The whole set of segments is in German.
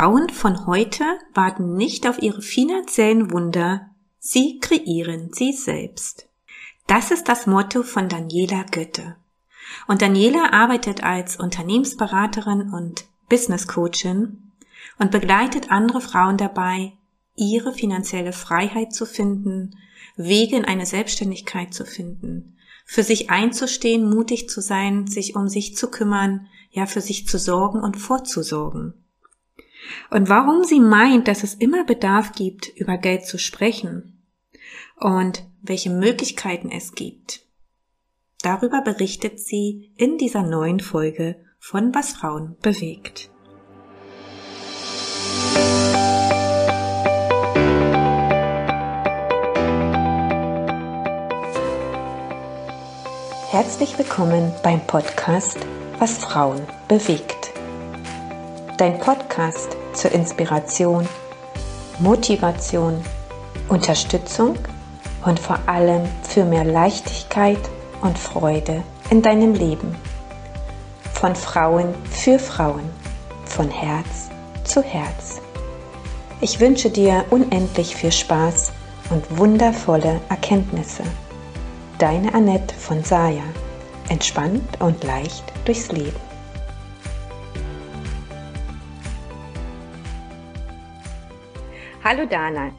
Frauen von heute warten nicht auf ihre finanziellen Wunder, sie kreieren sie selbst. Das ist das Motto von Daniela Götte. Und Daniela arbeitet als Unternehmensberaterin und Business Coachin und begleitet andere Frauen dabei, ihre finanzielle Freiheit zu finden, Wege in eine Selbstständigkeit zu finden, für sich einzustehen, mutig zu sein, sich um sich zu kümmern, ja für sich zu sorgen und vorzusorgen. Und warum sie meint, dass es immer Bedarf gibt, über Geld zu sprechen und welche Möglichkeiten es gibt, darüber berichtet sie in dieser neuen Folge von Was Frauen bewegt. Herzlich willkommen beim Podcast Was Frauen bewegt. Dein Podcast zur Inspiration, Motivation, Unterstützung und vor allem für mehr Leichtigkeit und Freude in deinem Leben. Von Frauen für Frauen, von Herz zu Herz. Ich wünsche dir unendlich viel Spaß und wundervolle Erkenntnisse. Deine Annette von Saya. Entspannt und leicht durchs Leben. Hallo Dana.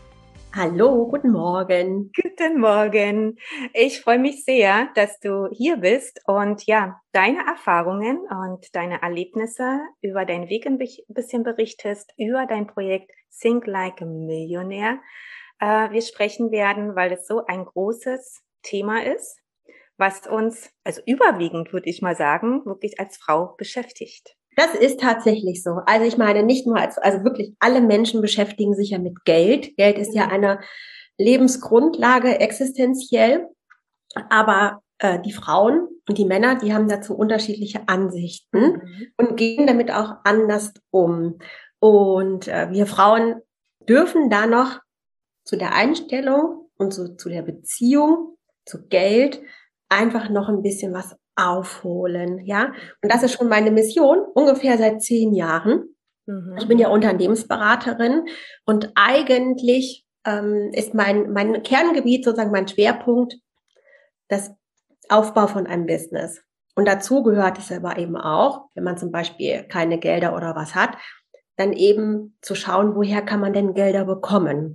Hallo, guten Morgen. Guten Morgen. Ich freue mich sehr, dass du hier bist und ja, deine Erfahrungen und deine Erlebnisse über deinen Weg ein bisschen berichtest, über dein Projekt Think Like a Millionaire. Wir sprechen werden, weil es so ein großes Thema ist, was uns, also überwiegend würde ich mal sagen, wirklich als Frau beschäftigt. Das ist tatsächlich so. Also ich meine, nicht nur also wirklich alle Menschen beschäftigen sich ja mit Geld. Geld ist ja eine Lebensgrundlage existenziell. Aber die Frauen und die Männer, die haben dazu unterschiedliche Ansichten und gehen damit auch anders um. Und wir Frauen dürfen da noch zu der Einstellung und so zu der Beziehung zu Geld einfach noch ein bisschen was aufholen, ja. Und das ist schon meine Mission, ungefähr seit 10 Jahren. Ich bin ja Unternehmensberaterin und eigentlich ist mein Kerngebiet, sozusagen mein Schwerpunkt, das Aufbau von einem Business. Und dazu gehört es aber eben auch, wenn man zum Beispiel keine Gelder oder was hat, dann eben zu schauen, woher kann man denn Gelder bekommen.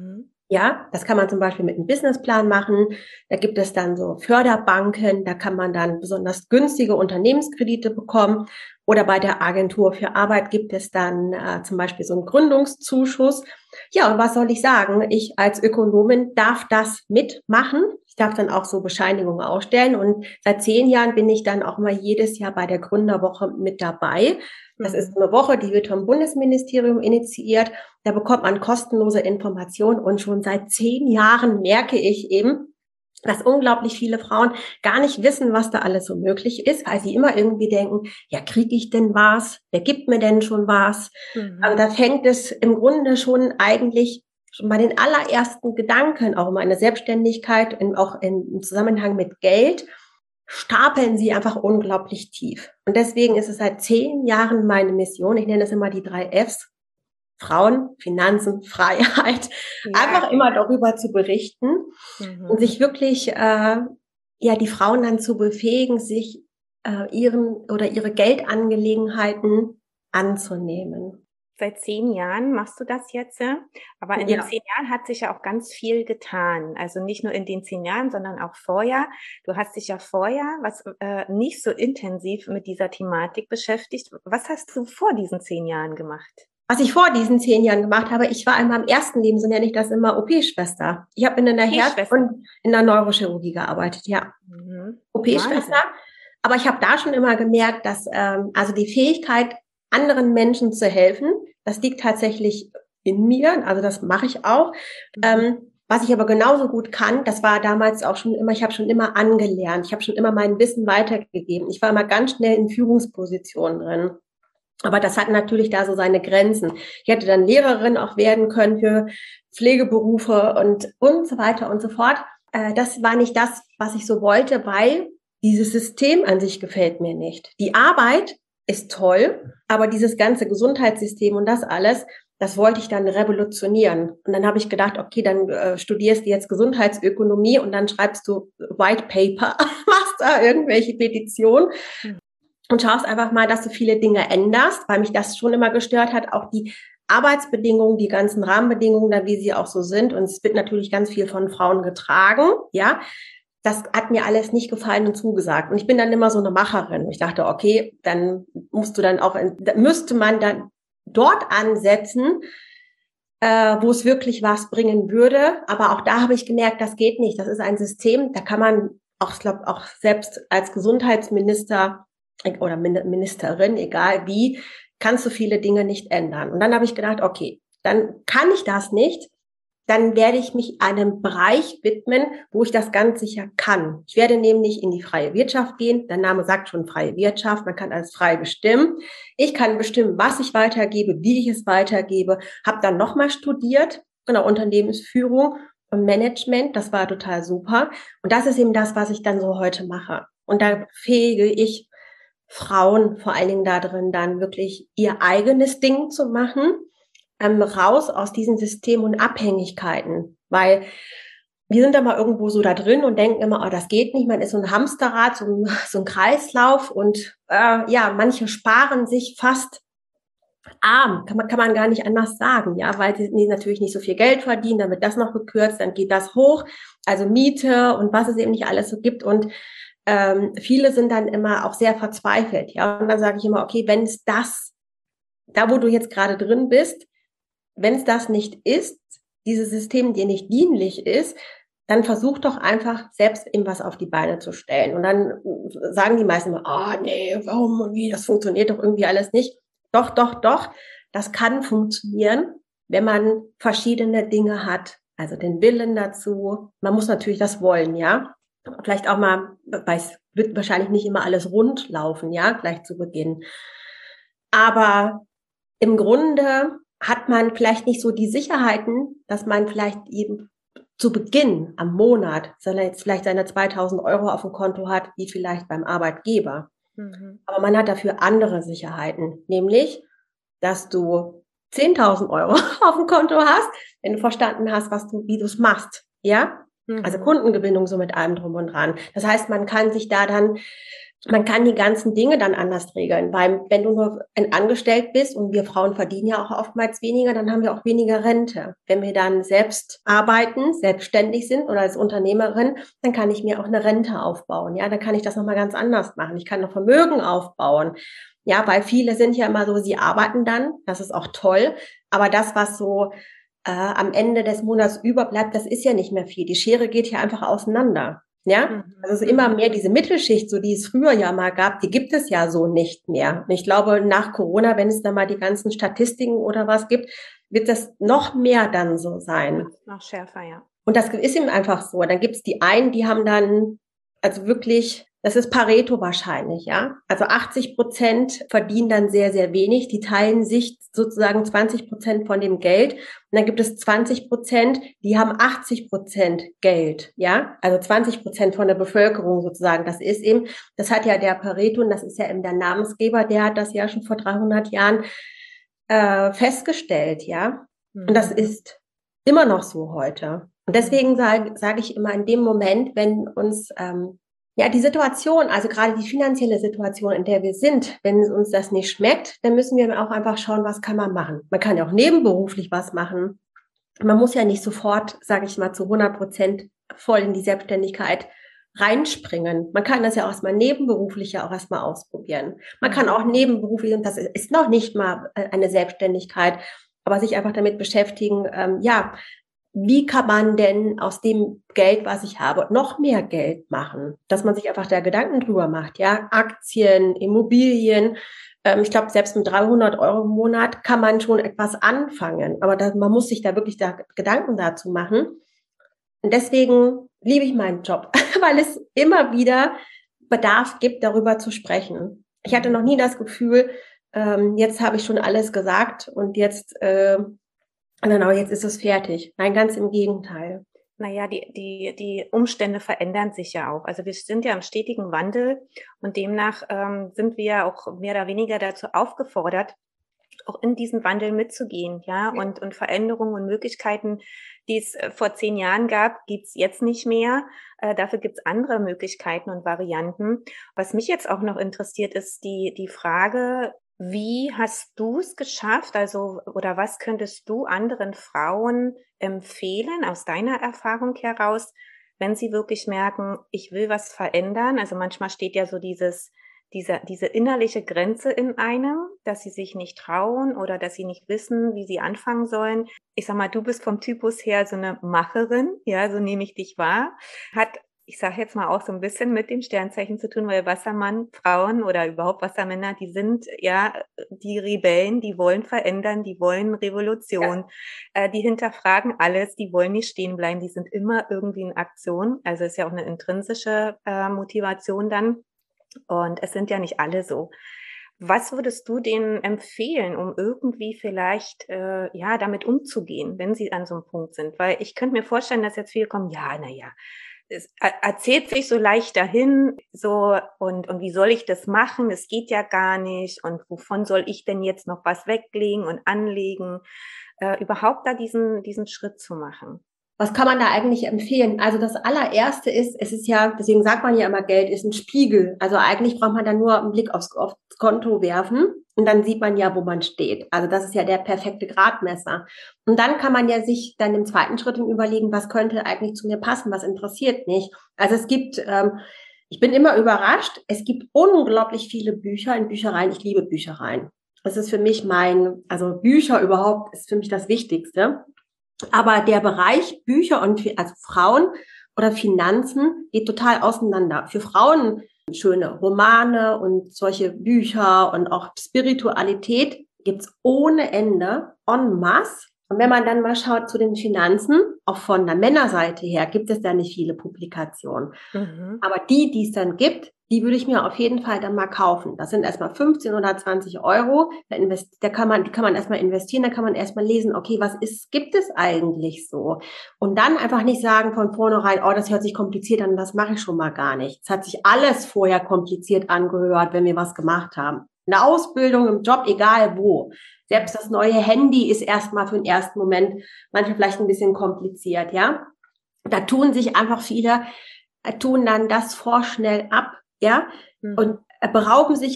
Ja, das kann man zum Beispiel mit einem Businessplan machen. Da gibt es dann so Förderbanken, da kann man dann besonders günstige Unternehmenskredite bekommen. Oder bei der Agentur für Arbeit gibt es dann zum Beispiel so einen Gründungszuschuss. Ja, und was soll ich sagen? Ich als Ökonomin darf das mitmachen. Ich darf dann auch so Bescheinigungen ausstellen. Und seit 10 Jahren bin ich dann auch mal jedes Jahr bei der Gründerwoche mit dabei. Das ist eine Woche, die wird vom Bundesministerium initiiert. Da bekommt man kostenlose Informationen und schon seit 10 Jahren merke ich eben, dass unglaublich viele Frauen gar nicht wissen, was da alles so möglich ist, weil sie immer irgendwie denken, ja, kriege ich denn was? Wer gibt mir denn schon was? Also da fängt es im Grunde schon eigentlich schon bei den allerersten Gedanken, auch um eine Selbstständigkeit, auch im Zusammenhang mit Geld, stapeln sie einfach unglaublich tief. Und deswegen ist es seit 10 Jahren meine Mission, ich nenne es immer die 3 Fs, Frauen, Finanzen, Freiheit, einfach immer darüber zu berichten und sich wirklich, die Frauen dann zu befähigen, sich ihre Geldangelegenheiten anzunehmen. Seit 10 Jahren machst du das jetzt, aber in den 10 Jahren hat sich ja auch ganz viel getan. Also nicht nur in den 10 Jahren, sondern auch vorher. Du hast dich ja vorher nicht so intensiv mit dieser Thematik beschäftigt. Was hast du vor diesen 10 Jahren gemacht? Was ich vor diesen 10 Jahren gemacht habe, ich war in meinem ersten Leben, so nenne ich das immer, OP-Schwester. Ich habe in der Herz- und in der Neurochirurgie gearbeitet, ja. OP-Schwester. Aber ich habe da schon immer gemerkt, dass also die Fähigkeit, anderen Menschen zu helfen, das liegt tatsächlich in mir, also das mache ich auch. Was ich aber genauso gut kann, das war damals auch schon immer, ich habe schon immer angelernt, ich habe schon immer mein Wissen weitergegeben. Ich war immer ganz schnell in Führungspositionen drin. Aber das hat natürlich da so seine Grenzen. Ich hätte dann Lehrerin auch werden können für Pflegeberufe und so weiter und so fort. Das war nicht das, was ich so wollte, weil dieses System an sich gefällt mir nicht. Die Arbeit ist toll, aber dieses ganze Gesundheitssystem und das alles, das wollte ich dann revolutionieren. Und dann habe ich gedacht, okay, dann studierst du jetzt Gesundheitsökonomie und dann schreibst du White Paper, machst da irgendwelche Petitionen und schaust einfach mal, dass du viele Dinge änderst, weil mich das schon immer gestört hat, auch die Arbeitsbedingungen, die ganzen Rahmenbedingungen, da wie sie auch so sind. Und es wird natürlich ganz viel von Frauen getragen, ja. Das hat mir alles nicht gefallen und zugesagt. Und ich bin dann immer so eine Macherin. Ich dachte, okay, dann müsste man dann dort ansetzen, wo es wirklich was bringen würde. Aber auch da habe ich gemerkt, das geht nicht. Das ist ein System, da kann man auch, ich glaube, auch selbst als Gesundheitsminister oder Ministerin, egal wie, kannst du viele Dinge nicht ändern. Und dann habe ich gedacht, okay, dann kann ich das nicht. Dann werde ich mich einem Bereich widmen, wo ich das ganz sicher kann. Ich werde nämlich in die freie Wirtschaft gehen. Der Name sagt schon freie Wirtschaft. Man kann alles frei bestimmen. Ich kann bestimmen, was ich weitergebe, wie ich es weitergebe. Habe dann nochmal studiert in der Unternehmensführung und Management. Das war total super. Und das ist eben das, was ich dann so heute mache. Und da fähige ich Frauen vor allen Dingen da drin, dann wirklich ihr eigenes Ding zu machen. Raus aus diesen Systemen und Abhängigkeiten, weil wir sind da mal irgendwo so da drin und denken immer, oh, das geht nicht, man ist so ein Hamsterrad, so ein Kreislauf und manche sparen sich fast arm, kann man gar nicht anders sagen, ja, weil sie natürlich nicht so viel Geld verdienen, dann wird das noch gekürzt, dann geht das hoch, also Miete und was es eben nicht alles so gibt und viele sind dann immer auch sehr verzweifelt, ja, und dann sage ich immer, okay, wenn es da wo du jetzt gerade drin bist, wenn es das nicht ist, dieses System dir nicht dienlich ist, dann versuch doch einfach selbst eben was auf die Beine zu stellen. Und dann sagen die meisten immer, nee, warum und wie, das funktioniert doch irgendwie alles nicht. Doch, das kann funktionieren, wenn man verschiedene Dinge hat, also den Willen dazu. Man muss natürlich das wollen, ja. Vielleicht auch mal, weil es wird wahrscheinlich nicht immer alles rund laufen, ja, gleich zu Beginn. Aber im Grunde hat man vielleicht nicht so die Sicherheiten, dass man vielleicht eben zu Beginn am Monat, sondern jetzt vielleicht seine 2.000 € auf dem Konto hat, wie vielleicht beim Arbeitgeber. Mhm. Aber man hat dafür andere Sicherheiten, nämlich, dass du 10.000 € auf dem Konto hast, wenn du verstanden hast, wie du es machst, ja? Mhm. Also Kundengewinnung so mit allem drum und dran. Das heißt, man kann die ganzen Dinge dann anders regeln, weil wenn du nur ein Angestellt bist und wir Frauen verdienen ja auch oftmals weniger, dann haben wir auch weniger Rente. Wenn wir dann selbst arbeiten, selbstständig sind oder als Unternehmerin, dann kann ich mir auch eine Rente aufbauen. Ja, dann kann ich das nochmal ganz anders machen. Ich kann noch Vermögen aufbauen. Ja, weil viele sind ja immer so, sie arbeiten dann, das ist auch toll, aber das, was so am Ende des Monats überbleibt, das ist ja nicht mehr viel. Die Schere geht ja einfach auseinander. Ja, also immer mehr diese Mittelschicht, so die es früher ja mal gab, die gibt es ja so nicht mehr. Und ich glaube, nach Corona, wenn es da mal die ganzen Statistiken oder was gibt, wird das noch mehr dann so sein. Noch schärfer, ja. Und das ist eben einfach so. Dann gibt es die einen, die haben dann, also wirklich, das ist Pareto wahrscheinlich, ja. Also 80% verdienen dann sehr, sehr wenig. Die teilen sich sozusagen 20% von dem Geld. Und dann gibt es 20%, die haben 80% Geld, ja. Also 20% von der Bevölkerung sozusagen. Das hat ja der Pareto, und das ist ja eben der Namensgeber, der hat das ja schon vor 300 Jahren festgestellt, ja. Und das ist immer noch so heute. Und deswegen sage ich immer in dem Moment, wenn uns die Situation, also gerade die finanzielle Situation, in der wir sind, wenn uns das nicht schmeckt, dann müssen wir auch einfach schauen, was kann man machen. Man kann ja auch nebenberuflich was machen. Man muss ja nicht sofort, sage ich mal, zu 100% voll in die Selbstständigkeit reinspringen. Man kann das ja auch erstmal nebenberuflich ja auch erstmal ausprobieren. Man kann auch nebenberuflich, und das ist noch nicht mal eine Selbstständigkeit, aber sich einfach damit beschäftigen, wie kann man denn aus dem Geld, was ich habe, noch mehr Geld machen? Dass man sich einfach da Gedanken drüber macht, ja, Aktien, Immobilien. Ich glaube, selbst mit 300 € im Monat kann man schon etwas anfangen. Aber man muss sich da wirklich Gedanken dazu machen. Und deswegen liebe ich meinen Job, weil es immer wieder Bedarf gibt, darüber zu sprechen. Ich hatte noch nie das Gefühl, jetzt habe ich schon alles gesagt und jetzt ist es fertig. Nein, ganz im Gegenteil. Naja, die Umstände verändern sich ja auch. Also wir sind ja im stetigen Wandel und demnach sind wir ja auch mehr oder weniger dazu aufgefordert, auch in diesen Wandel mitzugehen, ja, und Veränderungen und Möglichkeiten, die es vor 10 Jahren gab, gibt's jetzt nicht mehr. Dafür gibt's andere Möglichkeiten und Varianten. Was mich jetzt auch noch interessiert, ist die Frage, wie hast du es geschafft, also, oder was könntest du anderen Frauen empfehlen aus deiner Erfahrung heraus, wenn sie wirklich merken, ich will was verändern? Also manchmal steht ja so diese innerliche Grenze in einem, dass sie sich nicht trauen oder dass sie nicht wissen, wie sie anfangen sollen. Ich sag mal, du bist vom Typus her so eine Macherin, ja, so nehme ich dich wahr. Hat, ich sage jetzt mal auch so ein bisschen mit dem Sternzeichen zu tun, weil Wassermann, Frauen oder überhaupt Wassermänner, die sind ja die Rebellen, die wollen verändern, die wollen Revolution, die hinterfragen alles, die wollen nicht stehen bleiben, die sind immer irgendwie in Aktion. Also ist ja auch eine intrinsische Motivation dann. Und es sind ja nicht alle so. Was würdest du denen empfehlen, um irgendwie vielleicht ja damit umzugehen, wenn sie an so einem Punkt sind? Weil ich könnte mir vorstellen, dass jetzt viele kommen, ja, naja, es erzählt sich so leicht dahin, so und wie soll ich das machen? Es geht ja gar nicht. Und wovon soll ich denn jetzt noch was weglegen und anlegen? Überhaupt da diesen Schritt zu machen. Was kann man da eigentlich empfehlen? Also das allererste ist, es ist ja, deswegen sagt man ja immer, Geld ist ein Spiegel. Also eigentlich braucht man dann nur einen Blick aufs Konto werfen und dann sieht man ja, wo man steht. Also das ist ja der perfekte Gradmesser. Und dann kann man ja sich dann im zweiten Schritt überlegen, was könnte eigentlich zu mir passen, was interessiert mich. Also es gibt, ich bin immer überrascht, es gibt unglaublich viele Bücher in Büchereien. Ich liebe Büchereien. Das ist für mich also Bücher überhaupt ist für mich das Wichtigste. Aber der Bereich Bücher und also Frauen oder Finanzen geht total auseinander. Für Frauen schöne Romane und solche Bücher und auch Spiritualität gibt's ohne Ende en masse. Und wenn man dann mal schaut zu den Finanzen, auch von der Männerseite her, gibt es da nicht viele Publikationen. Aber die es dann gibt, die würde ich mir auf jeden Fall dann mal kaufen. Das sind erstmal 15 oder 20 Euro. Die kann man erstmal investieren, da kann man erstmal lesen, okay, gibt es eigentlich so? Und dann einfach nicht sagen von vornherein, oh, das hört sich kompliziert an, das mache ich schon mal gar nicht. Es hat sich alles vorher kompliziert angehört, wenn wir was gemacht haben. Eine Ausbildung, im Job, egal wo. Selbst das neue Handy ist erstmal für den ersten Moment manchmal vielleicht ein bisschen kompliziert, ja. Da tun sich einfach viele, tun dann das vorschnell ab, ja, und berauben sich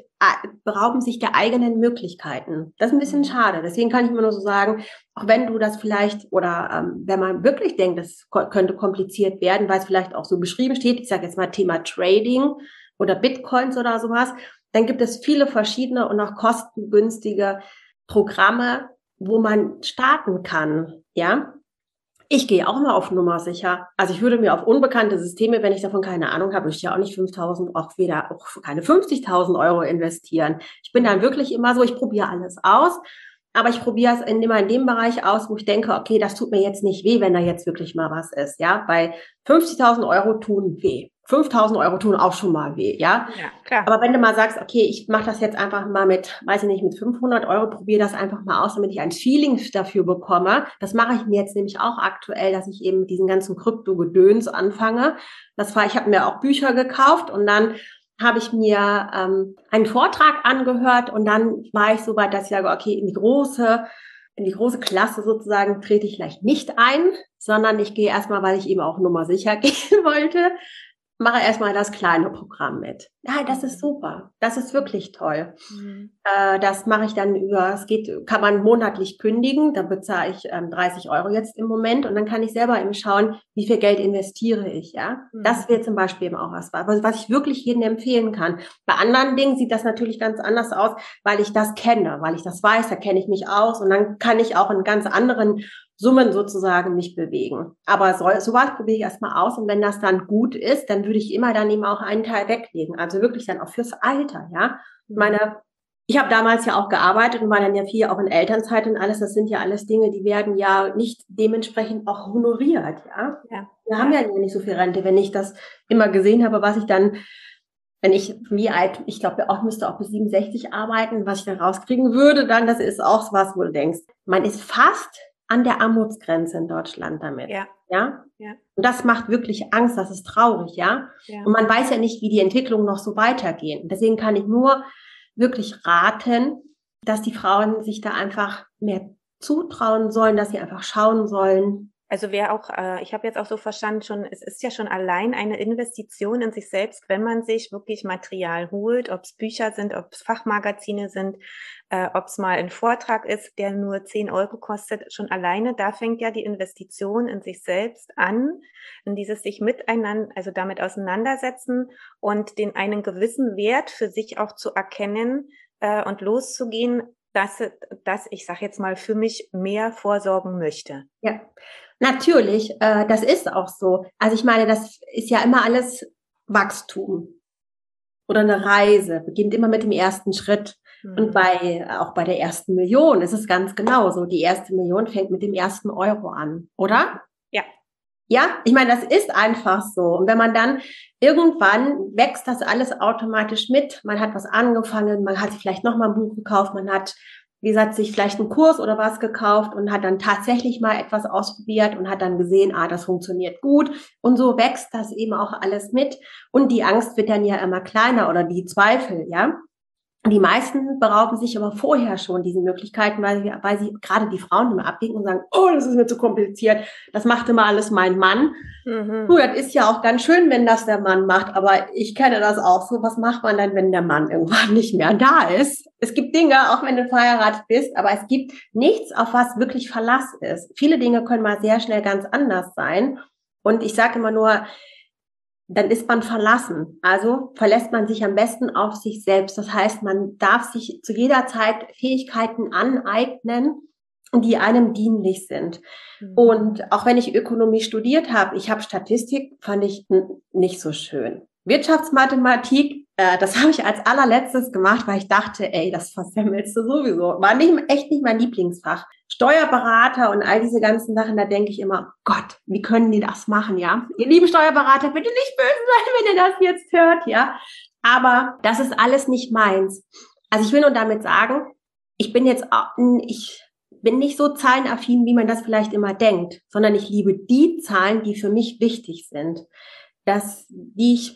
der eigenen Möglichkeiten. Das ist ein bisschen schade. Deswegen kann ich immer nur so sagen, auch wenn du das vielleicht oder wenn man wirklich denkt, das könnte kompliziert werden, weil es vielleicht auch so beschrieben steht, ich sage jetzt mal Thema Trading oder Bitcoins oder sowas, dann gibt es viele verschiedene und auch kostengünstige Programme, wo man starten kann, ja. Ich gehe auch mal auf Nummer sicher. Also ich würde mir auf unbekannte Systeme, wenn ich davon keine Ahnung habe, würde ich ja auch nicht 5.000, auch keine 50.000 Euro investieren. Ich bin dann wirklich immer so, ich probiere alles aus, aber ich probiere es immer in dem Bereich aus, wo ich denke, okay, das tut mir jetzt nicht weh, wenn da jetzt wirklich mal was ist, ja. Bei 50.000 Euro tun weh. 5.000 Euro tun auch schon mal weh, ja. Ja, klar. Aber wenn du mal sagst, okay, ich mache das jetzt einfach mal mit 500 Euro, probiere das einfach mal aus, damit ich ein Feeling dafür bekomme. Das mache ich mir jetzt nämlich auch aktuell, dass ich eben mit diesen ganzen Krypto-Gedöns anfange. Ich habe mir auch Bücher gekauft und dann habe ich mir einen Vortrag angehört und dann war ich so weit, dass ich sage, okay, in die große Klasse sozusagen trete ich vielleicht nicht ein, sondern ich gehe erstmal, weil ich eben auch Nummer sicher gehen wollte, mache erstmal das kleine Programm mit. Ja, das ist super. Das ist wirklich toll. Das mache ich dann kann man monatlich kündigen. Da bezahle ich 30 Euro jetzt im Moment und dann kann ich selber eben schauen, wie viel Geld investiere ich, ja. Das wäre zum Beispiel eben auch was ich wirklich jedem empfehlen kann. Bei anderen Dingen sieht das natürlich ganz anders aus, weil ich das kenne, weil ich das weiß, da kenne ich mich aus und dann kann ich auch in ganz anderen Summen sozusagen mich bewegen. Aber sowas probiere ich erstmal aus und wenn das dann gut ist, dann würde ich immer dann eben auch einen Teil weglegen. Also wirklich dann auch fürs Alter, ja. Ich habe damals ja auch gearbeitet und war dann ja viel auch in Elternzeit und alles. Das sind ja alles Dinge, die werden ja nicht dementsprechend auch honoriert, ja. Wir haben ja nicht so viel Rente, wenn ich das immer gesehen habe, was ich dann, ich glaube, ich müsste auch bis 67 arbeiten, was ich dann rauskriegen würde, dann, das ist auch was, wo du denkst, man ist fast an der Armutsgrenze in Deutschland damit. Ja. Ja? Ja. Und das macht wirklich Angst, das ist traurig, ja. Ja. Und man weiß ja nicht, wie die Entwicklungen noch so weitergehen. Deswegen kann ich nur wirklich raten, dass die Frauen sich da einfach mehr zutrauen sollen, dass sie einfach schauen sollen. Also wer auch, ich habe jetzt auch so verstanden, schon, es ist ja schon allein eine Investition in sich selbst, wenn man sich wirklich Material holt, ob es Bücher sind, ob es Fachmagazine sind, ob es mal ein Vortrag ist, der nur 10 Euro kostet. Schon alleine, da fängt ja die Investition in sich selbst an, in dieses sich miteinander, also damit auseinandersetzen und den einen gewissen Wert für sich auch zu erkennen und loszugehen, dass ich sage jetzt mal, für mich mehr vorsorgen möchte. Ja, natürlich, das ist auch so. Also ich meine, das ist ja immer alles Wachstum oder eine Reise, beginnt immer mit dem ersten Schritt. Und auch bei der ersten Million ist es ganz genauso. Die erste Million fängt mit dem ersten Euro an, oder? Ja. Ja, ich meine, das ist einfach so. Und wenn man dann irgendwann wächst das alles automatisch mit. Man hat was angefangen, man hat sich vielleicht nochmal ein Buch gekauft, man hat, wie gesagt, sich vielleicht einen Kurs oder was gekauft und hat dann tatsächlich mal etwas ausprobiert und hat dann gesehen, das funktioniert gut. Und so wächst das eben auch alles mit. Und die Angst wird dann ja immer kleiner oder die Zweifel, ja. Die meisten berauben sich aber vorher schon diesen Möglichkeiten, weil sie gerade die Frauen immer abwinken und sagen, oh, das ist mir zu kompliziert, das macht immer alles mein Mann. Das ist ja auch ganz schön, wenn das der Mann macht, aber ich kenne das auch so. Was macht man dann, wenn der Mann irgendwann nicht mehr da ist? Es gibt Dinge, auch wenn du verheiratet bist, aber es gibt nichts, auf was wirklich Verlass ist. Viele Dinge können mal sehr schnell ganz anders sein. Und ich sage immer nur, dann ist man verlassen. Also verlässt man sich am besten auf sich selbst. Das heißt, man darf sich zu jeder Zeit Fähigkeiten aneignen, die einem dienlich sind. Und auch wenn ich Ökonomie studiert habe, ich habe Statistik, fand ich nicht so schön. Wirtschaftsmathematik, das habe ich als allerletztes gemacht, weil ich dachte, das versemmelst du sowieso. War echt nicht mein Lieblingsfach. Steuerberater und all diese ganzen Sachen, da denke ich immer, Gott, wie können die das machen, ja? Ihr lieben Steuerberater, bitte nicht böse sein, wenn ihr das jetzt hört, ja? Aber das ist alles nicht meins. Also ich will nur damit sagen, ich bin nicht so zahlenaffin, wie man das vielleicht immer denkt, sondern ich liebe die Zahlen, die für mich wichtig sind, die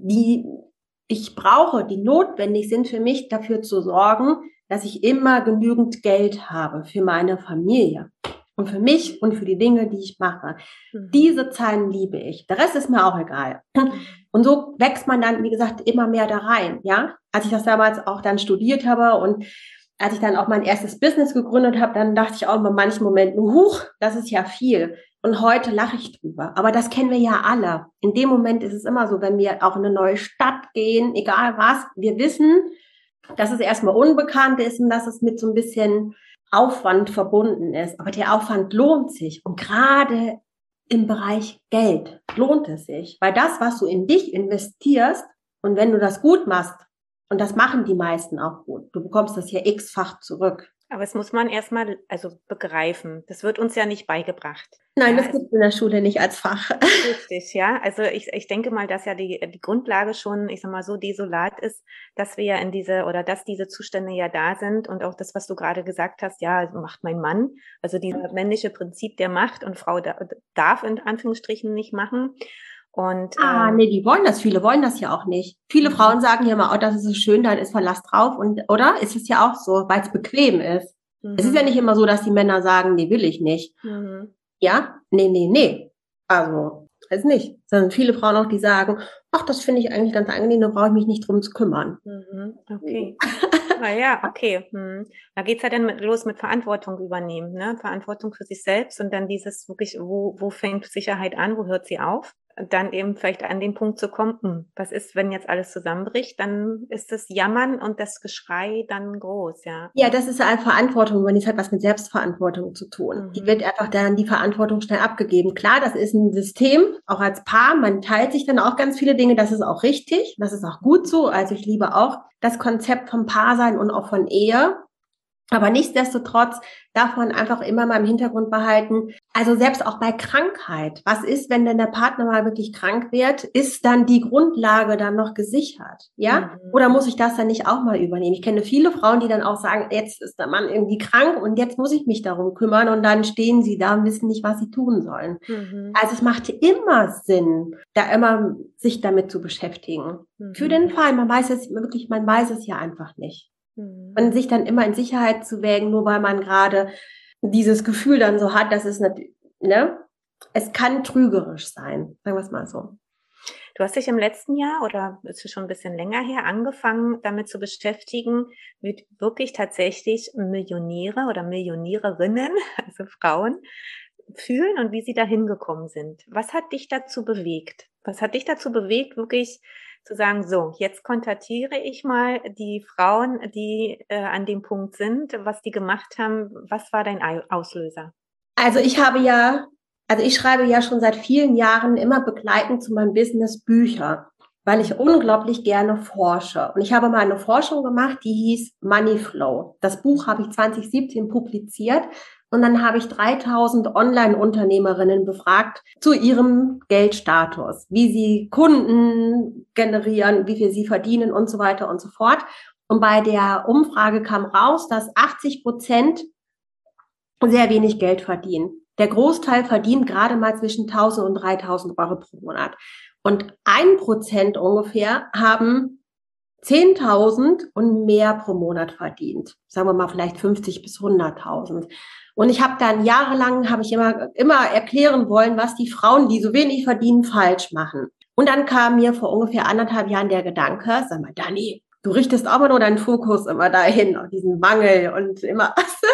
ich brauche, die notwendig sind für mich, dafür zu sorgen, dass ich immer genügend Geld habe für meine Familie und für mich und für die Dinge, die ich mache. Diese Zahlen liebe ich. Der Rest ist mir auch egal. Und so wächst man dann, wie gesagt, immer mehr da rein, ja? Als ich das damals auch dann studiert habe und als ich dann auch mein erstes Business gegründet habe, dann dachte ich auch in manchen Momenten, das ist ja viel. Und heute lache ich drüber. Aber das kennen wir ja alle. In dem Moment ist es immer so, wenn wir auch in eine neue Stadt gehen, egal was, wir wissen, dass es erstmal unbekannt ist und dass es mit so ein bisschen Aufwand verbunden ist. Aber der Aufwand lohnt sich. Und gerade im Bereich Geld lohnt es sich. Weil das, was du in dich investierst, und wenn du das gut machst, und das machen die meisten auch gut, du bekommst das ja x-fach zurück. Aber es muss man erstmal begreifen. Das wird uns ja nicht beigebracht. Nein, das gibt es in der Schule nicht als Fach. Richtig, ja. Also ich denke mal, dass ja die Grundlage schon, ich sag mal so, desolat ist, dass wir ja dass diese Zustände ja da sind und auch das, was du gerade gesagt hast, ja, macht mein Mann. Also dieses männliche Prinzip der Macht und Frau darf in Anführungsstrichen nicht machen. Und, nee, die wollen das. Viele wollen das ja auch nicht. Viele Frauen sagen ja mal, das ist so schön, da ist Verlass drauf. Oder? Ist es ja auch so, weil es bequem ist. Es ist ja nicht immer so, dass die Männer sagen, nee, will ich nicht. Ja? Nee. Also, es nicht. Es sind viele Frauen auch, die sagen, das finde ich eigentlich ganz angenehm, da brauche ich mich nicht drum zu kümmern. Okay. Ja, okay. Da geht's ja dann los mit Verantwortung übernehmen, ne? Verantwortung für sich selbst und dann dieses wirklich, wo fängt Sicherheit an, wo hört sie auf? Dann eben vielleicht an den Punkt zu kommen, was ist, wenn jetzt alles zusammenbricht, dann ist das Jammern und das Geschrei dann groß, ja. Ja, das ist eine Verantwortung, wenn es hat was mit Selbstverantwortung zu tun. Die wird einfach dann die Verantwortung schnell abgegeben. Klar, das ist ein System, auch als Paar, man teilt sich dann auch ganz viele Dinge, das ist auch richtig, das ist auch gut so. Also ich liebe auch das Konzept vom Paarsein und auch von Ehe. Aber nichtsdestotrotz darf man einfach immer mal im Hintergrund behalten, also selbst auch bei Krankheit. Was ist, wenn denn der Partner mal wirklich krank wird? Ist dann die Grundlage dann noch gesichert? Ja? Oder muss ich das dann nicht auch mal übernehmen? Ich kenne viele Frauen, die dann auch sagen, jetzt ist der Mann irgendwie krank und jetzt muss ich mich darum kümmern, und dann stehen sie da und wissen nicht, was sie tun sollen. Also es macht immer Sinn, da immer sich damit zu beschäftigen. Für den Fall, man weiß es ja einfach nicht. Und sich dann immer in Sicherheit zu wägen, nur weil man gerade dieses Gefühl dann so hat, dass es nicht, ne? Es kann trügerisch sein, sagen wir es mal so. Du hast dich im letzten Jahr, oder ist es schon ein bisschen länger her, angefangen damit zu beschäftigen, wie wirklich tatsächlich Millionäre oder Millionärerinnen, also Frauen, fühlen und wie sie da hingekommen sind. Was hat dich dazu bewegt? Was hat dich dazu bewegt, wirklich zu sagen, so, jetzt kontaktiere ich mal die Frauen, die an dem Punkt sind, was die gemacht haben. Was war dein Auslöser? Also ich schreibe ja schon seit vielen Jahren immer begleitend zu meinem Business Bücher, weil ich unglaublich gerne forsche. Und ich habe mal eine Forschung gemacht, die hieß Money Flow. Das Buch habe ich 2017 publiziert. Und dann habe ich 3000 Online-Unternehmerinnen befragt zu ihrem Geldstatus, wie sie Kunden generieren, wie viel sie verdienen und so weiter und so fort. Und bei der Umfrage kam raus, dass 80% sehr wenig Geld verdienen. Der Großteil verdient gerade mal zwischen 1.000 und 3.000 Euro pro Monat. Und 1% ungefähr haben 10.000 und mehr pro Monat verdient. Sagen wir mal vielleicht 50 bis 100.000. Und ich habe dann jahrelang, immer erklären wollen, was die Frauen, die so wenig verdienen, falsch machen. Und dann kam mir vor ungefähr 1,5 Jahren der Gedanke, sag mal, Dani, du richtest aber nur deinen Fokus immer dahin, auf diesen Mangel und immer,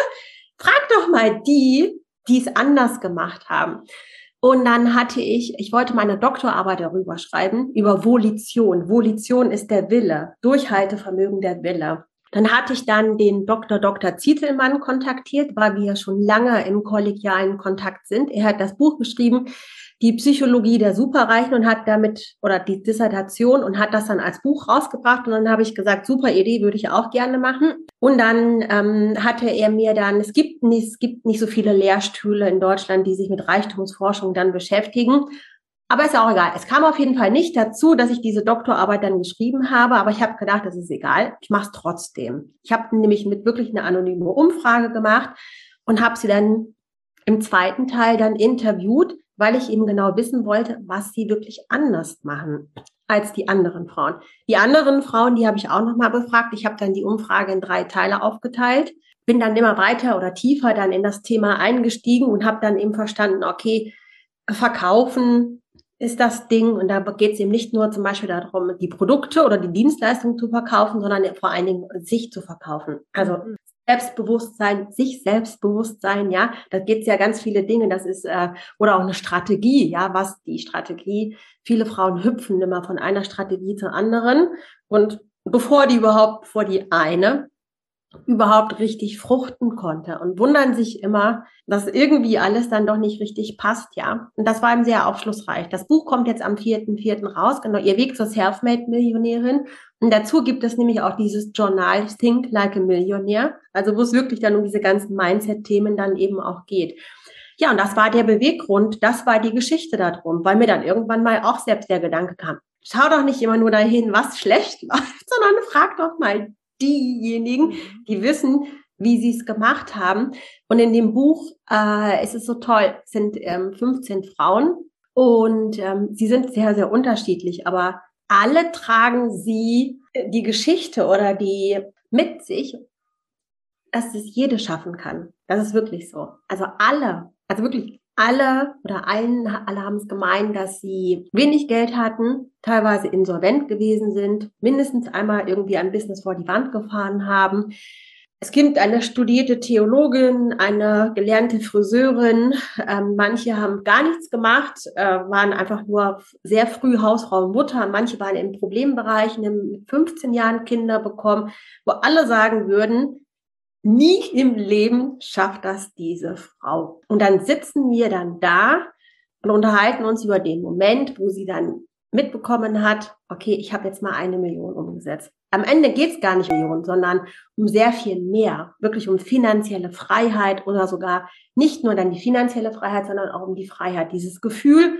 frag doch mal die es anders gemacht haben. Und dann ich wollte meine Doktorarbeit darüber schreiben, über Volition. Volition ist der Wille, Durchhaltevermögen der Wille. Dann hatte ich dann den Dr. Zietelmann kontaktiert, weil wir schon lange im kollegialen Kontakt sind. Er hat das Buch geschrieben, Die Psychologie der Superreichen, und hat oder die Dissertation, und hat das dann als Buch rausgebracht. Und dann habe ich gesagt, super Idee, würde ich auch gerne machen. Und dann hatte er mir es gibt nicht so viele Lehrstühle in Deutschland, die sich mit Reichtumsforschung dann beschäftigen. Aber ist ja auch egal. Es kam auf jeden Fall nicht dazu, dass ich diese Doktorarbeit dann geschrieben habe, aber ich habe gedacht, das ist egal, ich mache es trotzdem. Ich habe nämlich mit wirklich eine anonyme Umfrage gemacht und habe sie dann im zweiten Teil dann interviewt, weil ich eben genau wissen wollte, was sie wirklich anders machen als die anderen Frauen. Die anderen Frauen, die habe ich auch nochmal befragt. Ich habe dann die Umfrage in 3 Teile aufgeteilt, bin dann immer weiter oder tiefer dann in das Thema eingestiegen und habe dann eben verstanden, okay, verkaufen ist das Ding, und da geht es eben nicht nur zum Beispiel darum, die Produkte oder die Dienstleistungen zu verkaufen, sondern vor allen Dingen sich zu verkaufen. Also Selbstbewusstsein, sich Selbstbewusstsein, ja, da geht es ja ganz viele Dinge, das ist, oder auch eine Strategie, ja, was die Strategie, viele Frauen hüpfen immer von einer Strategie zur anderen, und bevor die eine überhaupt richtig fruchten konnte, und wundern sich immer, dass irgendwie alles dann doch nicht richtig passt, ja. Und das war eben sehr aufschlussreich. Das Buch kommt jetzt am 4.4. raus, genau, Ihr Weg zur Selfmade-Millionärin. Und dazu gibt es nämlich auch dieses Journal Think Like a Millionaire, also wo es wirklich dann um diese ganzen Mindset-Themen dann eben auch geht. Ja, und das war der Beweggrund, das war die Geschichte darum, weil mir dann irgendwann mal auch selbst der Gedanke kam, schau doch nicht immer nur dahin, was schlecht läuft, sondern frag doch mal diejenigen, die wissen, wie sie es gemacht haben. Und in dem Buch ist es so toll, es sind 15 Frauen, und sie sind sehr, sehr unterschiedlich, aber alle tragen sie die Geschichte oder die mit sich, dass es jede schaffen kann. Das ist wirklich so. Also wirklich alle haben es gemeint, dass sie wenig Geld hatten, teilweise insolvent gewesen sind, mindestens einmal irgendwie ein Business vor die Wand gefahren haben. Es gibt eine studierte Theologin, eine gelernte Friseurin. Manche haben gar nichts gemacht, waren einfach nur sehr früh Hausfrau und Mutter. Manche waren in Problembereichen, haben mit 15 Jahren Kinder bekommen, wo alle sagen würden, nie im Leben schafft das diese Frau. Und dann sitzen wir dann da und unterhalten uns über den Moment, wo sie dann mitbekommen hat, okay, ich habe jetzt mal 1 Million umgesetzt. Am Ende geht's gar nicht um Millionen, sondern um sehr viel mehr, wirklich um finanzielle Freiheit oder sogar nicht nur dann die finanzielle Freiheit, sondern auch um die Freiheit, dieses Gefühl,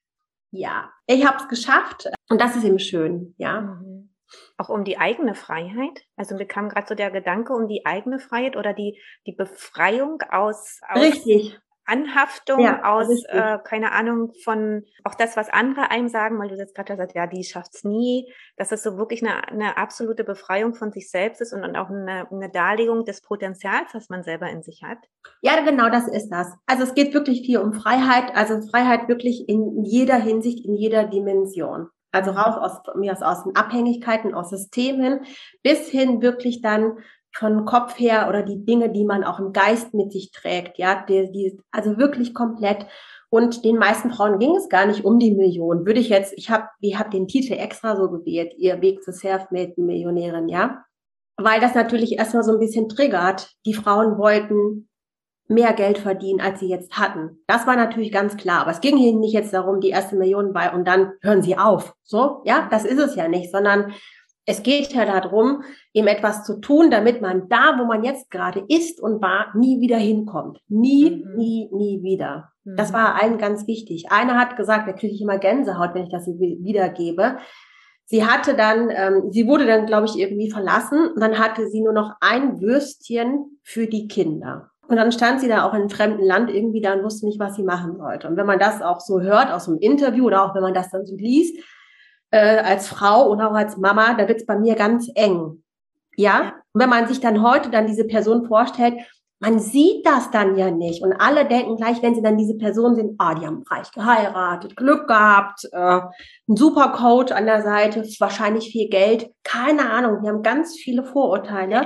ja, ich habe es geschafft und das ist eben schön, ja. Mhm. Auch um die eigene Freiheit? Also mir kam gerade so der Gedanke um die eigene Freiheit oder die Befreiung aus Richtig. Anhaftung, Ja, aus, richtig. keine Ahnung, von auch das, was andere einem sagen, weil du jetzt gerade gesagt hast, ja, die schafft's nie, dass es so wirklich eine absolute Befreiung von sich selbst ist und auch eine Darlegung des Potenzials, was man selber in sich hat. Ja, genau, das ist das. Also es geht wirklich viel um Freiheit, also Freiheit wirklich in jeder Hinsicht, in jeder Dimension. Also raus aus den Abhängigkeiten, aus Systemen, bis hin wirklich dann von Kopf her oder die Dinge, die man auch im Geist mit sich trägt, ja, also wirklich komplett. Und den meisten Frauen ging es gar nicht um die Million. Ich hab den Titel extra so gewählt, ihr Weg zur Selfmade-Millionärin, ja. Weil das natürlich erstmal so ein bisschen triggert. Die Frauen wollten mehr Geld verdienen, als sie jetzt hatten. Das war natürlich ganz klar. Aber es ging ihnen nicht jetzt darum, die erste Million bei und dann hören sie auf. So, ja, das ist es ja nicht, sondern es geht ja darum, eben etwas zu tun, damit man da, wo man jetzt gerade ist und war, nie wieder hinkommt. Nie wieder. Das war allen ganz wichtig. Einer hat gesagt, da kriege ich immer Gänsehaut, wenn ich das wiedergebe. Sie wurde dann, glaube ich, irgendwie verlassen und dann hatte sie nur noch ein Würstchen für die Kinder. Und dann stand sie da auch in einem fremden Land irgendwie da und wusste nicht, was sie machen sollte. Und wenn man das auch so hört aus einem Interview oder auch wenn man das dann so liest, als Frau oder auch als Mama, da wird's bei mir ganz eng. Ja? Und wenn man sich dann heute dann diese Person vorstellt, man sieht das dann ja nicht. Und alle denken gleich, wenn sie dann diese Person sehen, die haben reich geheiratet, Glück gehabt, ein super Coach an der Seite, wahrscheinlich viel Geld. Keine Ahnung, die haben ganz viele Vorurteile.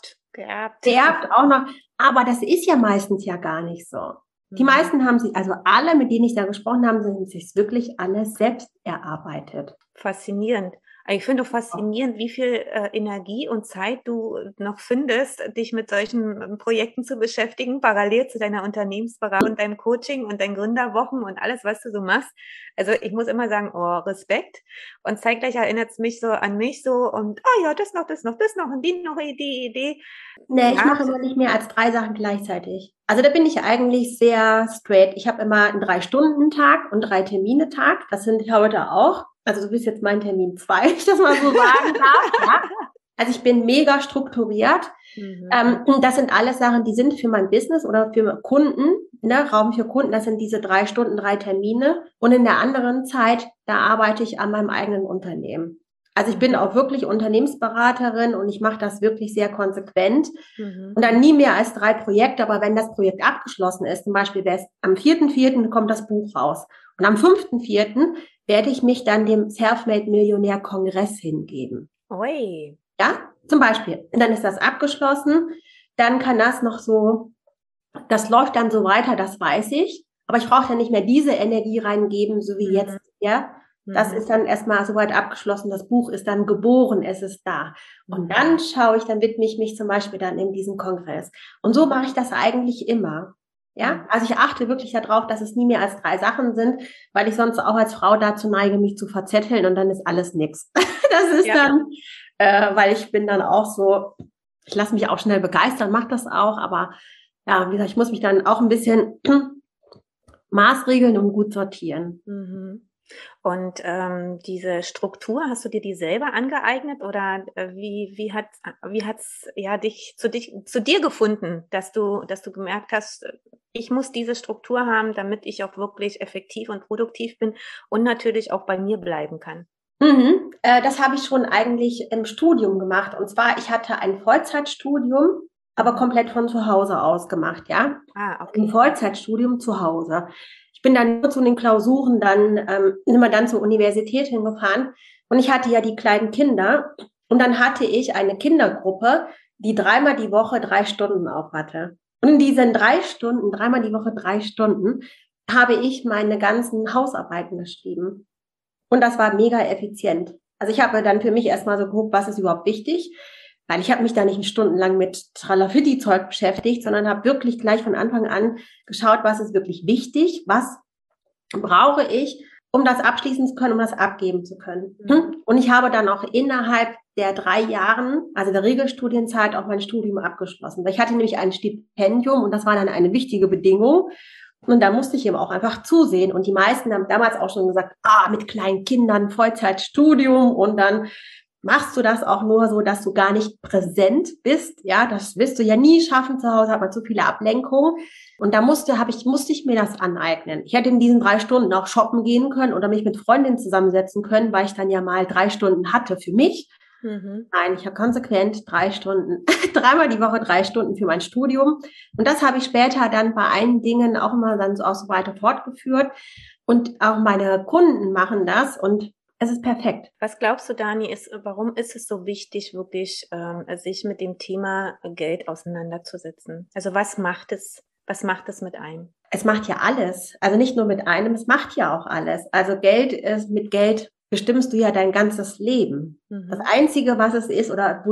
Geerbt auch noch. Aber das ist ja meistens ja gar nicht so. Die meisten haben sich, also alle, mit denen ich da gesprochen habe, sind sich wirklich alles selbst erarbeitet. Faszinierend. Ich finde auch faszinierend, wie viel Energie und Zeit du noch findest, dich mit solchen Projekten zu beschäftigen, parallel zu deiner Unternehmensberatung und deinem Coaching und deinen Gründerwochen und alles, was du so machst. Also ich muss immer sagen, Respekt. Und zeitgleich erinnert es mich so an mich so und, ja, das noch und die noch, die Idee. Nee, ich mache immer nicht mehr als 3 Sachen gleichzeitig. Also da bin ich eigentlich sehr straight. Ich habe immer einen 3-Stunden-Tag und 3 Termine-Tag. Das sind heute auch. Also du bist jetzt mein Termin 2, wenn ich das mal so sagen darf. Ja. Also ich bin mega strukturiert. Das sind alles Sachen, die sind für mein Business oder für Kunden, ne, Raum für Kunden. Das sind diese 3 Stunden, 3 Termine. Und in der anderen Zeit, da arbeite ich an meinem eigenen Unternehmen. Also ich bin auch wirklich Unternehmensberaterin und ich mache das wirklich sehr konsequent. Und dann nie mehr als 3 Projekte. Aber wenn das Projekt abgeschlossen ist, zum Beispiel am 4.4. kommt das Buch raus. Und am 5.4. werde ich mich dann dem Selfmade-Millionär-Kongress hingeben. Oi. Ja, zum Beispiel. Und dann ist das abgeschlossen. Dann kann das noch so, das läuft dann so weiter, das weiß ich. Aber ich brauche dann nicht mehr diese Energie reingeben, so wie jetzt, ja. Das ist dann erstmal soweit abgeschlossen. Das Buch ist dann geboren, es ist da. Und dann widme ich mich zum Beispiel dann in diesen Kongress. Und so mache ich das eigentlich immer. Ja, also ich achte wirklich darauf, dass es nie mehr als 3 Sachen sind, weil ich sonst auch als Frau dazu neige, mich zu verzetteln und dann ist alles nix. Das ist dann, weil ich bin dann auch so, ich lasse mich auch schnell begeistern, mache das auch, aber ja, wie gesagt, ich muss mich dann auch ein bisschen maßregeln und gut sortieren. Und diese Struktur, hast du dir die selber angeeignet oder wie hat's ja dich zu dir gefunden, dass du gemerkt hast, ich muss diese Struktur haben, damit ich auch wirklich effektiv und produktiv bin und natürlich auch bei mir bleiben kann? Das habe ich schon eigentlich im Studium gemacht. Und zwar, ich hatte ein Vollzeitstudium, aber komplett von zu Hause aus gemacht, ja. Okay. Ein Vollzeitstudium zu Hause. Ich bin dann nur zu den Klausuren immer dann zur Universität hingefahren. Und ich hatte ja die kleinen Kinder. Und dann hatte ich eine Kindergruppe, die 3-mal die Woche 3 Stunden auch hatte. Und in diesen 3 Stunden, 3-mal die Woche 3 Stunden, habe ich meine ganzen Hausarbeiten geschrieben. Und das war mega effizient. Also ich habe dann für mich erstmal so geguckt, was ist überhaupt wichtig, weil ich habe mich da nicht stundenlang mit Tralafitti-Zeug beschäftigt, sondern habe wirklich gleich von Anfang an geschaut, was ist wirklich wichtig, was brauche ich um das abschließen zu können, um das abgeben zu können. Und ich habe dann auch innerhalb der 3 Jahren, also der Regelstudienzeit, auch mein Studium abgeschlossen. Weil ich hatte nämlich ein Stipendium und das war dann eine wichtige Bedingung. Und da musste ich eben auch einfach zusehen. Und die meisten haben damals auch schon gesagt, mit kleinen Kindern, Vollzeitstudium und dann machst du das auch nur so, dass du gar nicht präsent bist. Ja, das wirst du ja nie schaffen. Zu Hause hat man zu viele Ablenkungen. Und da musste ich mir das aneignen. Ich hätte in diesen 3 Stunden auch shoppen gehen können oder mich mit Freundinnen zusammensetzen können, weil ich dann ja mal 3 Stunden hatte für mich. Nein, ich habe konsequent 3 Stunden, 3-mal die Woche 3 Stunden für mein Studium. Und das habe ich später dann bei allen Dingen auch immer dann so auch so weiter fortgeführt. Und auch meine Kunden machen das und es ist perfekt. Was glaubst du, Dani, warum ist es so wichtig, wirklich sich mit dem Thema Geld auseinanderzusetzen? Also was macht es mit einem? Es macht ja alles. Also nicht nur mit einem, es macht ja auch alles. Also mit Geld bestimmst du ja dein ganzes Leben. Das Einzige, was es ist oder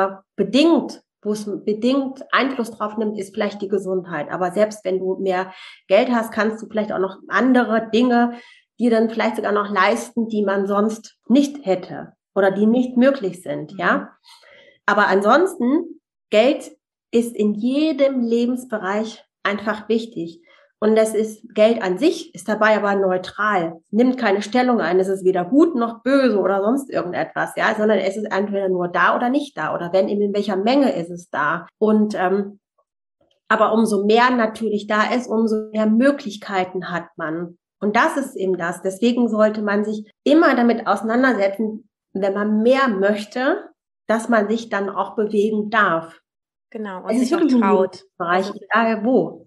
wo es bedingt Einfluss drauf nimmt, ist vielleicht die Gesundheit. Aber selbst wenn du mehr Geld hast, kannst du vielleicht auch noch andere Dinge dir dann vielleicht sogar noch leisten, die man sonst nicht hätte oder die nicht möglich sind, ja. Aber ansonsten, Geld ist in jedem Lebensbereich einfach wichtig. Und Geld an sich ist dabei aber neutral. Nimmt keine Stellung ein. Es ist weder gut noch böse oder sonst irgendetwas, ja, sondern es ist entweder nur da oder nicht da. Oder wenn eben in welcher Menge ist es da. Und, aber umso mehr natürlich da ist, umso mehr Möglichkeiten hat man. Und das ist eben das. Deswegen sollte man sich immer damit auseinandersetzen, wenn man mehr möchte, dass man sich dann auch bewegen darf. Genau, und sich auch traut. Bereich, egal wo.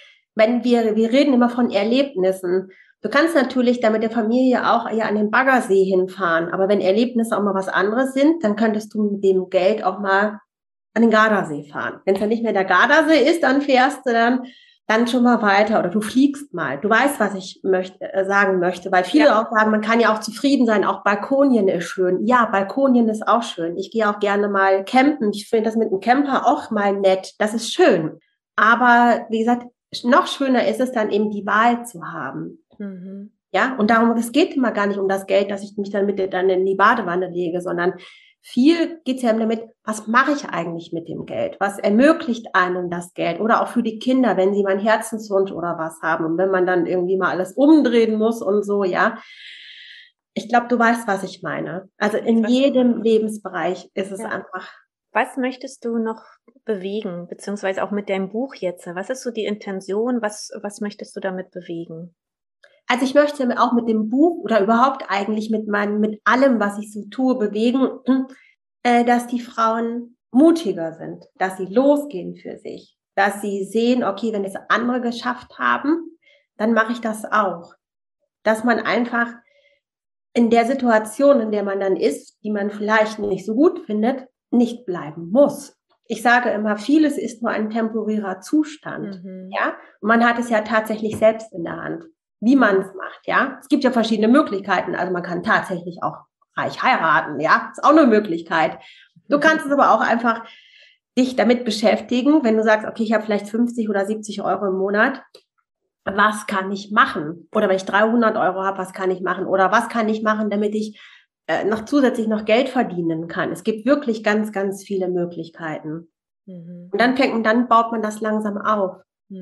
Wir reden immer von Erlebnissen. Du kannst natürlich da mit der Familie auch eher an den Baggersee hinfahren. Aber wenn Erlebnisse auch mal was anderes sind, dann könntest du mit dem Geld auch mal an den Gardasee fahren. Wenn es dann nicht mehr der Gardasee ist, dann fährst du dann schon mal weiter oder du fliegst mal. Du weißt, was ich sagen möchte, weil viele auch sagen, man kann ja auch zufrieden sein, auch Balkonien ist schön. Ja, Balkonien ist auch schön. Ich gehe auch gerne mal campen. Ich finde das mit einem Camper auch mal nett. Das ist schön. Aber wie gesagt, noch schöner ist es dann eben die Wahl zu haben. Ja, und darum, es geht immer gar nicht um das Geld, dass ich mich dann dann in die Badewanne lege, sondern viel geht es ja damit, was mache ich eigentlich mit dem Geld? Was ermöglicht einem das Geld? Oder auch für die Kinder, wenn sie mal einen Herzenswunsch oder was haben und wenn man dann irgendwie mal alles umdrehen muss und so, ja. Ich glaube, du weißt, was ich meine. Also in jedem Lebensbereich ist es einfach. Was möchtest du noch bewegen, beziehungsweise auch mit deinem Buch jetzt? Was ist so die Intention? Was möchtest du damit bewegen? Also ich möchte auch mit dem Buch oder überhaupt eigentlich mit allem, was ich so tue, bewegen, dass die Frauen mutiger sind, dass sie losgehen für sich, dass sie sehen, okay, wenn es andere geschafft haben, dann mache ich das auch. Dass man einfach in der Situation, in der man dann ist, die man vielleicht nicht so gut findet, nicht bleiben muss. Ich sage immer, vieles ist nur ein temporärer Zustand, ja. Und man hat es ja tatsächlich selbst in der Hand, wie man es macht, ja. Es gibt ja verschiedene Möglichkeiten. Also man kann tatsächlich auch reich heiraten, ja. Ist auch eine Möglichkeit. Du kannst es aber auch einfach dich damit beschäftigen, wenn du sagst, okay, ich habe vielleicht 50 oder 70 Euro im Monat. Was kann ich machen? Oder wenn ich 300 Euro habe, was kann ich machen? Oder was kann ich machen, damit ich noch zusätzlich noch Geld verdienen kann? Es gibt wirklich ganz, ganz viele Möglichkeiten. Und dann baut man das langsam auf.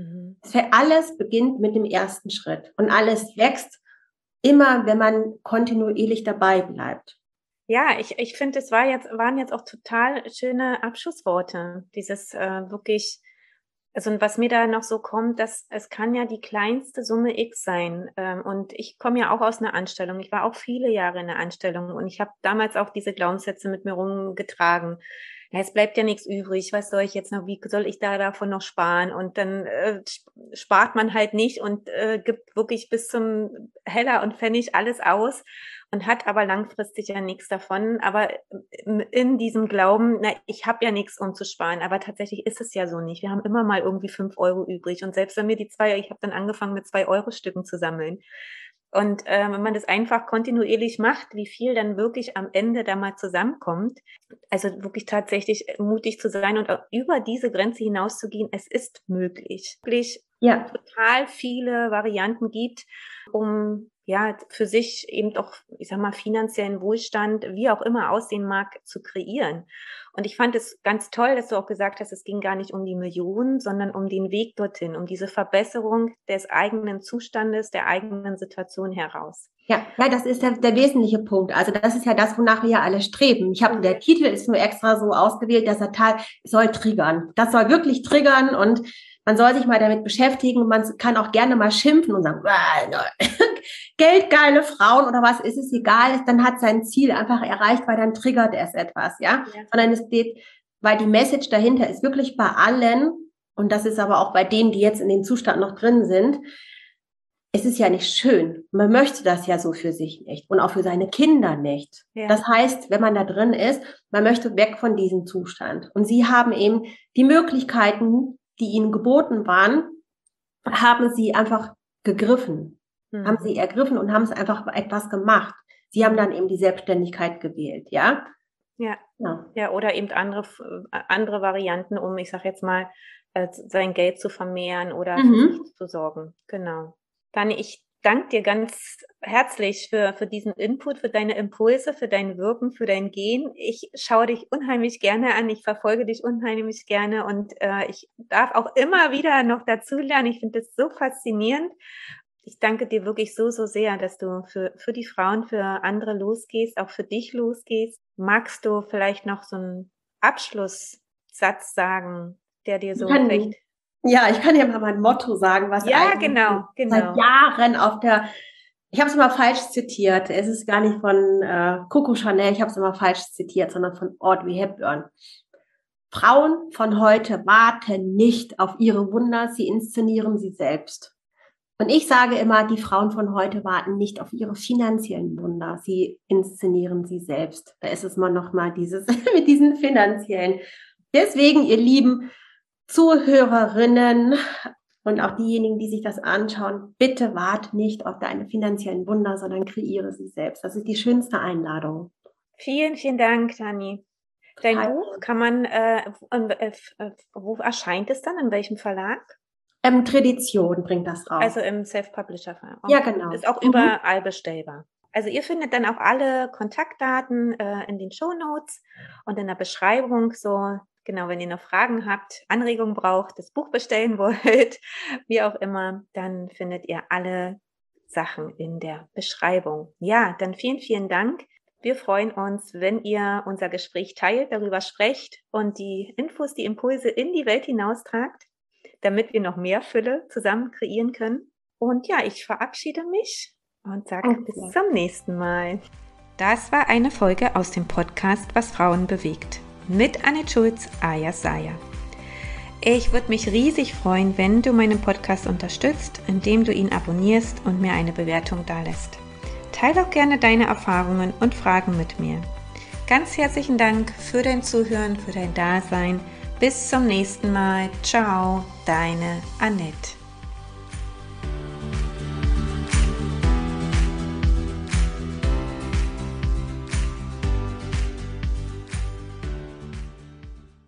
Alles beginnt mit dem ersten Schritt. Und alles wächst immer, wenn man kontinuierlich dabei bleibt. Ja, ich finde, es waren jetzt auch total schöne Abschlussworte. Dieses wirklich. Also was mir da noch so kommt, dass es kann ja die kleinste Summe X sein. Und ich komme ja auch aus einer Anstellung. Ich war auch viele Jahre in der Anstellung und ich habe damals auch diese Glaubenssätze mit mir rumgetragen. Ja, es bleibt ja nichts übrig. Was soll ich jetzt noch? Wie soll ich davon noch sparen? Und dann spart man halt nicht und gibt wirklich bis zum Heller und Pfennig alles aus und hat aber langfristig ja nichts davon. Aber in diesem Glauben, ich habe ja nichts, um zu sparen. Aber tatsächlich ist es ja so nicht. Wir haben immer mal irgendwie 5 Euro übrig. Und selbst wenn wir ich habe dann angefangen mit 2-Euro-Stücken zu sammeln. Und wenn man das einfach kontinuierlich macht, wie viel dann wirklich am Ende da mal zusammenkommt, also wirklich tatsächlich mutig zu sein und auch über diese Grenze hinauszugehen, es ist möglich. Wirklich total viele Varianten gibt, um ja für sich eben auch, ich sag mal, finanziellen Wohlstand, wie auch immer aussehen mag, zu kreieren. Und ich fand es ganz toll, dass du auch gesagt hast, es ging gar nicht um die Millionen, sondern um den Weg dorthin, um diese Verbesserung des eigenen Zustandes, der eigenen Situation heraus. Ja, das ist der wesentliche Punkt. Also das ist ja das, wonach wir ja alle streben. Der Titel ist nur extra so ausgewählt, dass soll triggern. Das soll wirklich triggern und man soll sich mal damit beschäftigen. Man kann auch gerne mal schimpfen und sagen, geldgeile Frauen oder was, ist es egal. Dann hat sein Ziel einfach erreicht, weil dann triggert es etwas, ja. Sondern es geht, weil die Message dahinter ist wirklich bei allen, und das ist aber auch bei denen, die jetzt in dem Zustand noch drin sind, es ist ja nicht schön. Man möchte das ja so für sich nicht und auch für seine Kinder nicht. Ja. Das heißt, wenn man da drin ist, man möchte weg von diesem Zustand. Und sie haben eben die Möglichkeiten, die ihnen geboten waren, haben sie einfach gegriffen, haben sie ergriffen und haben es einfach etwas gemacht. Sie haben dann eben die Selbstständigkeit gewählt, ja? Ja, oder eben andere Varianten, um, ich sag jetzt mal, sein Geld zu vermehren oder für sich zu sorgen. Genau. Dani, ich danke dir ganz herzlich für diesen Input, für deine Impulse, für dein Wirken, für dein Gehen. Ich schaue dich unheimlich gerne an, ich verfolge dich unheimlich gerne und ich darf auch immer wieder noch dazulernen. Ich finde das so faszinierend. Ich danke dir wirklich so, so sehr, dass du für die Frauen, für andere losgehst, auch für dich losgehst. Magst du vielleicht noch so einen Abschlusssatz sagen, der dir so recht... Ja, ich kann dir mal mein Motto sagen, was genau. seit Jahren ich habe es immer falsch zitiert. Es ist gar nicht von Coco Chanel, ich habe es immer falsch zitiert, sondern von Audrey Hepburn. Frauen von heute warten nicht auf ihre Wunder, sie inszenieren sie selbst. Und ich sage immer, die Frauen von heute warten nicht auf ihre finanziellen Wunder, sie inszenieren sie selbst. Da ist es mal nochmal dieses mit diesen finanziellen. Deswegen, ihr Lieben Zuhörerinnen und auch diejenigen, die sich das anschauen, bitte wart nicht auf deine finanziellen Wunder, sondern kreiere sie selbst. Das ist die schönste Einladung. Vielen, vielen Dank, Dani. Dein Buch kann man, wo erscheint es dann? In welchem Verlag? Tradition bringt das raus. Also im Self-Publisher-Verlag. Ja, genau. Ist auch überall bestellbar. Also ihr findet dann auch alle Kontaktdaten in den Shownotes und in der Beschreibung so. Genau, wenn ihr noch Fragen habt, Anregungen braucht, das Buch bestellen wollt, wie auch immer, dann findet ihr alle Sachen in der Beschreibung. Ja, dann vielen, vielen Dank. Wir freuen uns, wenn ihr unser Gespräch teilt, darüber sprecht und die Infos, die Impulse in die Welt hinaustragt, damit wir noch mehr Fülle zusammen kreieren können. Und ja, ich verabschiede mich und sage bis zum nächsten Mal. Das war eine Folge aus dem Podcast Was Frauen bewegt. Mit Anne Schulz, alias Saya. Ich würde mich riesig freuen, wenn du meinen Podcast unterstützt, indem du ihn abonnierst und mir eine Bewertung dalässt. Teile auch gerne deine Erfahrungen und Fragen mit mir. Ganz herzlichen Dank für dein Zuhören, für dein Dasein. Bis zum nächsten Mal. Ciao, deine Annette.